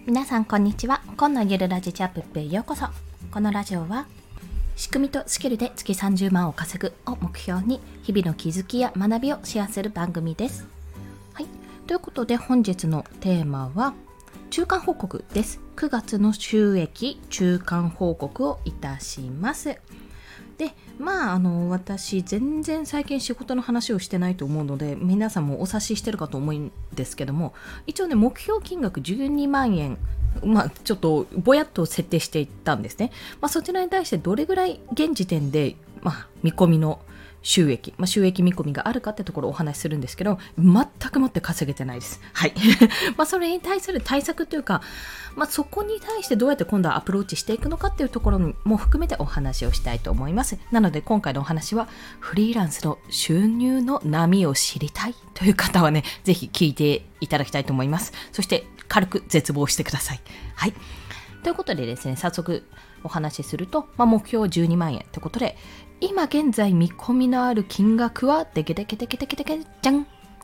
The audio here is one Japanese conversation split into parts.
皆さんこんにちは。今のゆるラジチャップへようこそ。このラジオは仕組みとスキルで月30万を稼ぐを目標に日々の気づきや学びをシェアする番組です。はい、ということで本日のテーマは中間報告です。9月の収益中間報告をいたします。で、私全然最近仕事の話をしてないと思うので皆さんもお察ししてるかと思うんですけども、一応ね目標金額12万円ちょっとぼやっと設定していったんですね。そちらに対してどれぐらい現時点で見込みの収益、収益見込みがあるかってところをお話しするんですけど、全くもって稼げてないです。はい。それに対する対策というか、そこに対してどうやって今度はアプローチしていくのかっていうところも含めてお話をしたいと思います。なので今回のお話はフリーランスの収入の波を知りたいという方はね、ぜひ聞いていただきたいと思います。そして軽く絶望してください。はい。ということでですね、早速お話しすると、目標12万円ということで、今現在見込みのある金額はじゃん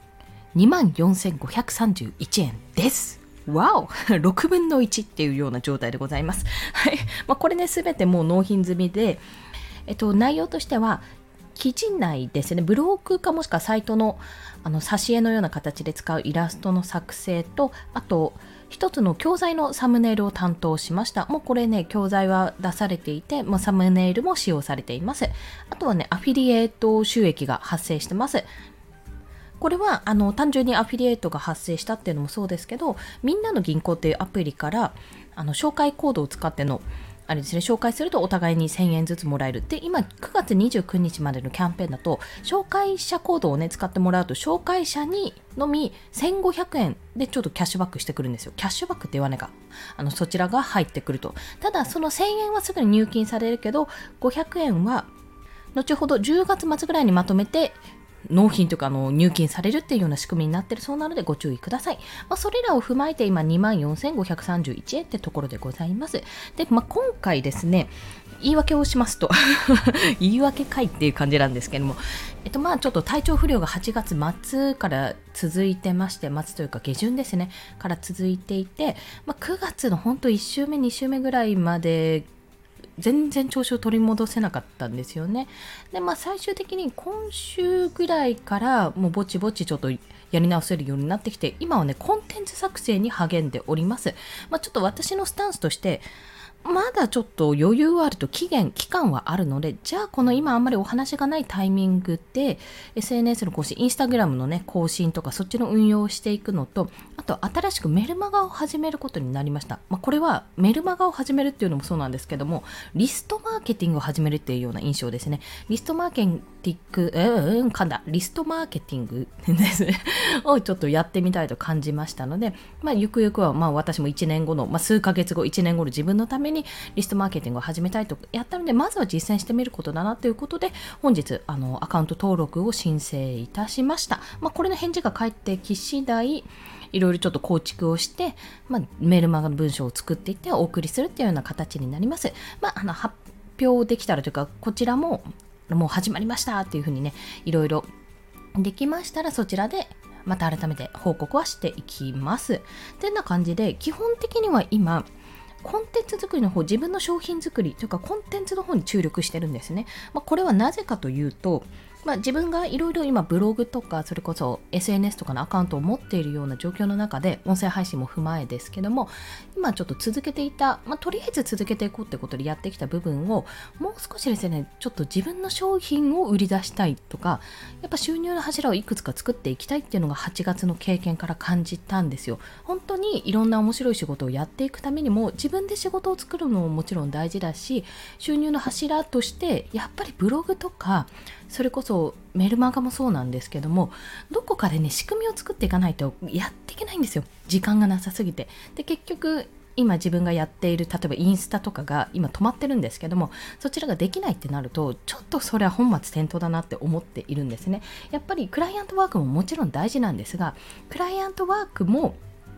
24,531 円です。わお6分の1っていうような状態でございます。はい。これね、すべてもう納品済みで、内容としては記事内ですね、ブログかもしくはサイトの挿絵のような形で使うイラストの作成と、あと一つの教材のサムネイルを担当しました。もうこれね、教材は出されていて、サムネイルも使用されています。あとはね、アフィリエイト収益が発生してます。これは単純にアフィリエイトが発生したっていうのもそうですけど、みんなの銀行っていうアプリから紹介コードを使ってのあれですね、紹介するとお互いに1000円ずつもらえる。で、今9月29日までのキャンペーンだと、紹介者コードをね、使ってもらうと、紹介者にのみ1500円でちょっとキャッシュバックしてくるんですよ。キャッシュバックって言わないか。そちらが入ってくると。ただ、その1000円はすぐに入金されるけど、500円は、後ほど10月末ぐらいにまとめて、納品というか入金されるっていうような仕組みになっているそうなのでご注意ください。それらを踏まえて今 24,531 円ってところでございます。で、今回ですね、言い訳をしますと言い訳かいっていう感じなんですけども、ちょっと体調不良が8月末から続いてまして、末というか下旬ですねから続いていて、9月の本当1週目2週目ぐらいまで全然調子を取り戻せなかったんですよね。で、最終的に今週ぐらいからもうぼちぼちちょっとやり直せるようになってきて、今はねコンテンツ作成に励んでおります。ちょっと私のスタンスとしてまだちょっと余裕はあると、期間はあるので、じゃあこの今あんまりお話がないタイミングで SNS の更新、インスタグラムのね更新とかそっちの運用をしていくのと、あと新しくメルマガを始めることになりました。これはメルマガを始めるっていうのもそうなんですけども、リストマーケティングを始めるっていうような印象ですね。リストマーケティングですねをちょっとやってみたいと感じましたので、ゆくゆくは私も1年後の、数ヶ月後、1年後の自分のためにリストマーケティングを始めたいとやったので、まずは実践してみることだなということで、本日アカウント登録を申請いたしました。これの返事が返ってき次第、いろいろちょっと構築をして、メールマガの文章を作っていってお送りするっていうような形になります。発表できたらというか、こちらももう始まりましたっていうふうにね、いろいろできましたら、そちらでまた改めて報告はしていきます。ってな感じで、基本的には今コンテンツ作りの方、自分の商品作りというかコンテンツの方に注力してるんですね。これはなぜかというと、自分がいろいろ今ブログとかそれこそ SNS とかのアカウントを持っているような状況の中で、音声配信も踏まえですけども、今ちょっと続けていた、とりあえず続けていこうってことでやってきた部分をもう少しですね、ちょっと自分の商品を売り出したいとか、やっぱ収入の柱をいくつか作っていきたいっていうのが8月の経験から感じたんですよ。本当にいろんな面白い仕事をやっていくためにも、自分で仕事を作るのももちろん大事だし、収入の柱としてやっぱりブログとかそれこそメルマガもそうなんですけども、どこかでね仕組みを作っていかないとやっていけないんですよ。時間がなさすぎて。で、結局今自分がやっている、例えばインスタとかが今止まってるんですけども、そちらができないってなると、ちょっとそれは本末転倒だなって思っているんですね。やっぱりクライアントワークももちろん大事なんですが、クライアントワークも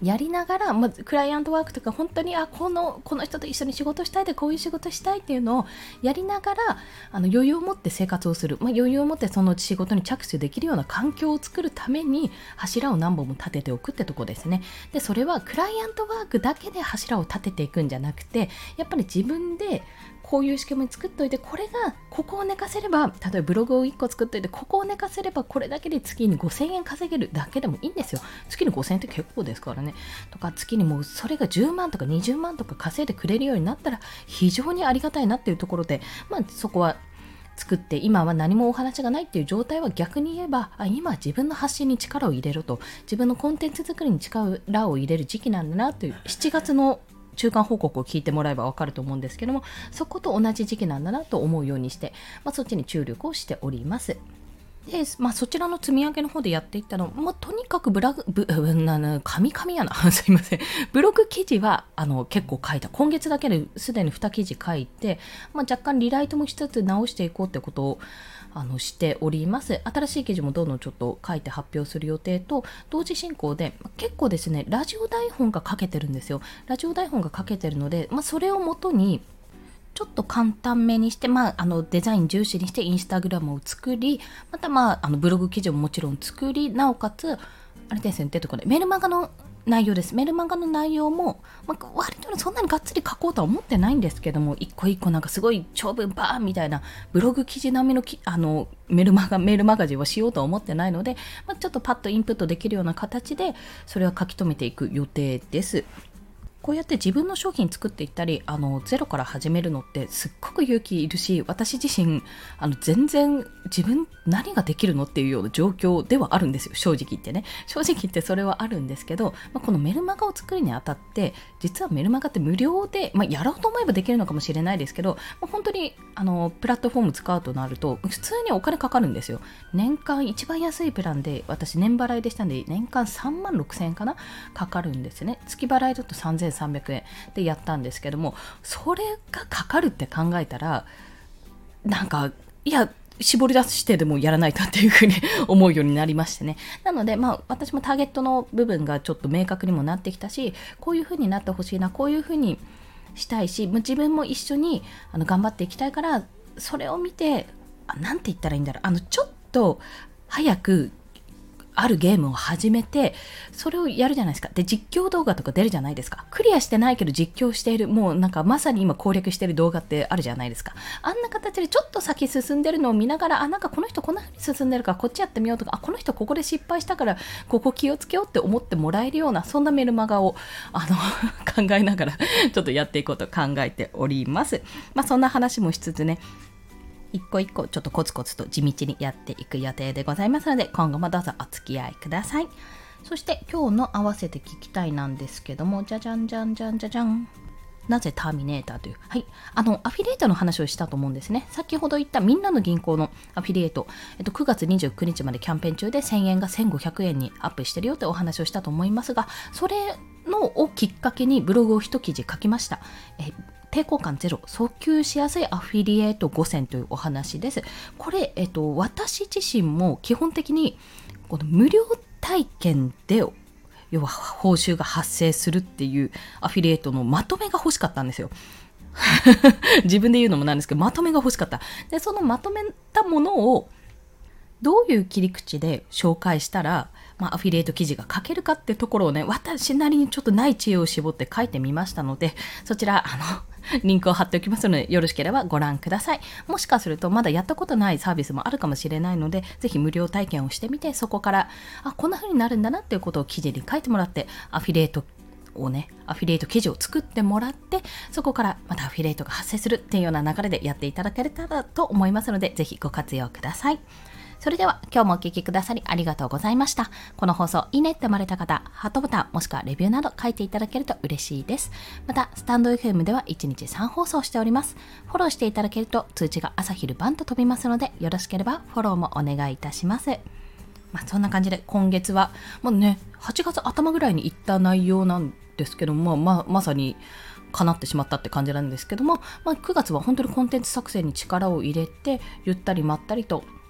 やりながら、クライアントワークとか本当にこの人と一緒に仕事したいでこういう仕事したいっていうのをやりながら余裕を持って生活をする、余裕を持ってその仕事に着手できるような環境を作るために柱を何本も立てておくってとこですね。でそれはクライアントワークだけで柱を立てていくんじゃなくて、やっぱり自分でこういう仕組み作っといて、これがここを寝かせれば、例えばブログを1個作っといてここを寝かせればこれだけで月に5000円稼げるだけでもいいんですよ。月に5000円って結構ですからね。とか月にもうそれが10万とか20万とか稼いでくれるようになったら非常にありがたいなっていうところで、そこは作って、今は何もお話がないっていう状態は逆に言えば、今は自分の発信に力を入れろと、自分のコンテンツ作りに力を入れる時期なんだなという、7月の中間報告を聞いてもらえば分かると思うんですけども、そこと同じ時期なんだなと思うようにして、そっちに注力をしております。で、そちらの積み上げの方でやっていったの、とにかく神々やなすいません、ブログ記事は結構書いた。今月だけですでに2記事書いて、若干リライトもしつつ直していこうってことをしております。新しい記事もどんどんちょっと書いて発表する予定と同時進行で、結構ですねラジオ台本が書けてるんですよ。ラジオ台本が書けてるので、それをもとにちょっと簡単めにして、デザイン重視にしてインスタグラムを作り、またブログ記事ももちろん作り、なおかつあれですね、メルマガの内容です。メルマガの内容も、割とそんなにがっつり書こうとは思ってないんですけども、一個一個なんかすごい長文バーンみたいなブログ記事並みのメールマガジンはしようとは思ってないので、ちょっとパッとインプットできるような形でそれは書き留めていく予定です。こうやって自分の商品作っていったり、ゼロから始めるのってすっごく勇気いるし、私自身全然自分何ができるのっていうような状況ではあるんですよ。正直言ってね、正直言ってそれはあるんですけど、このメルマガを作るにあたって、実はメルマガって無料で、やろうと思えばできるのかもしれないですけど、本当にプラットフォーム使うとなると普通にお金かかるんですよ。年間一番安いプランで、私年払いでしたんで年間3万6千円かなかかるんですね。月払いだと3300円でやったんですけども、それがかかるって考えたら、なんか絞り出してでもやらないとっていうふうに思うようになりましてね。なので私もターゲットの部分がちょっと明確にもなってきたし、こういうふうになってほしいな、こういうふうにしたいし、自分も一緒に頑張っていきたいから、それを見てなんて言ったらいいんだろう、ちょっと早くあるゲームを始めてそれをやるじゃないですか。で実況動画とか出るじゃないですか。クリアしてないけど実況している、もうなんかまさに今攻略している動画ってあるじゃないですか。あんな形でちょっと先進んでるのを見ながら、なんかこの人こんな風に進んでるからこっちやってみようとか、この人ここで失敗したからここ気をつけようって思ってもらえるような、そんなメルマガを考えながらちょっとやっていこうと考えております。そんな話もしつつね、一個一個ちょっとコツコツと地道にやっていく予定でございますので、今後もどうぞお付き合いください。そして今日の合わせて聞きたいなんですけども、じゃじゃんじゃんじゃんじゃじゃん、なぜターミネーターという、アフィリエイトの話をしたと思うんですね。先ほど言ったみんなの銀行のアフィリエイト、9月29日までキャンペーン中で1000円が1500円にアップしてるよというお話をしたと思いますが、それのをきっかけにブログを一記事書きました。抵抗感ゼロ、訴求しやすいアフィリエイト5選というお話です。これ、私自身も基本的にこの無料体験で要は報酬が発生するっていうアフィリエイトのまとめが欲しかったんですよ。自分で言うのもなんですけど、まとめが欲しかった。でそのまとめたものをどういう切り口で紹介したら、アフィリエイト記事が書けるかってところをね、私なりにちょっとない知恵を絞って書いてみましたので、そちらリンクを貼っておきますので、よろしければご覧ください。もしかするとまだやったことないサービスもあるかもしれないので、ぜひ無料体験をしてみて、そこからこんな風になるんだなっていうことを記事に書いてもらって、アフィリエイト記事を作ってもらって、そこからまたアフィリエイトが発生するっていうような流れでやっていただけたらと思いますので、ぜひご活用ください。それでは今日もお聞きくださりありがとうございました。この放送いいねって思われた方、ハートボタンもしくはレビューなど書いていただけると嬉しいです。またスタンド FM では1日3放送しております。フォローしていただけると通知が朝昼晩と飛びますので、よろしければフォローもお願いいたします。そんな感じで今月はもうね、8月頭ぐらいに行った内容なんですけども、まさに叶ってしまったって感じなんですけども、9月は本当にコンテンツ作成に力を入れて、ゆったりまったりと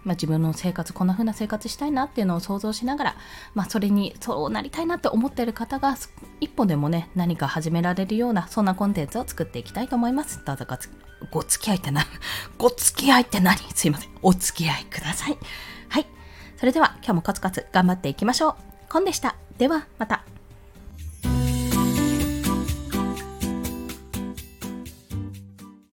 自分の生活、こんな風な生活したいなっていうのを想像しながら、それにそうなりたいなって思っている方が一歩でもね、何か始められるような、そんなコンテンツを作っていきたいと思います。どうぞご付き合いってご付き合いって何？すいません。お付き合いください。はい。それでは今日もコツコツ頑張っていきましょう。コンでした。ではまた。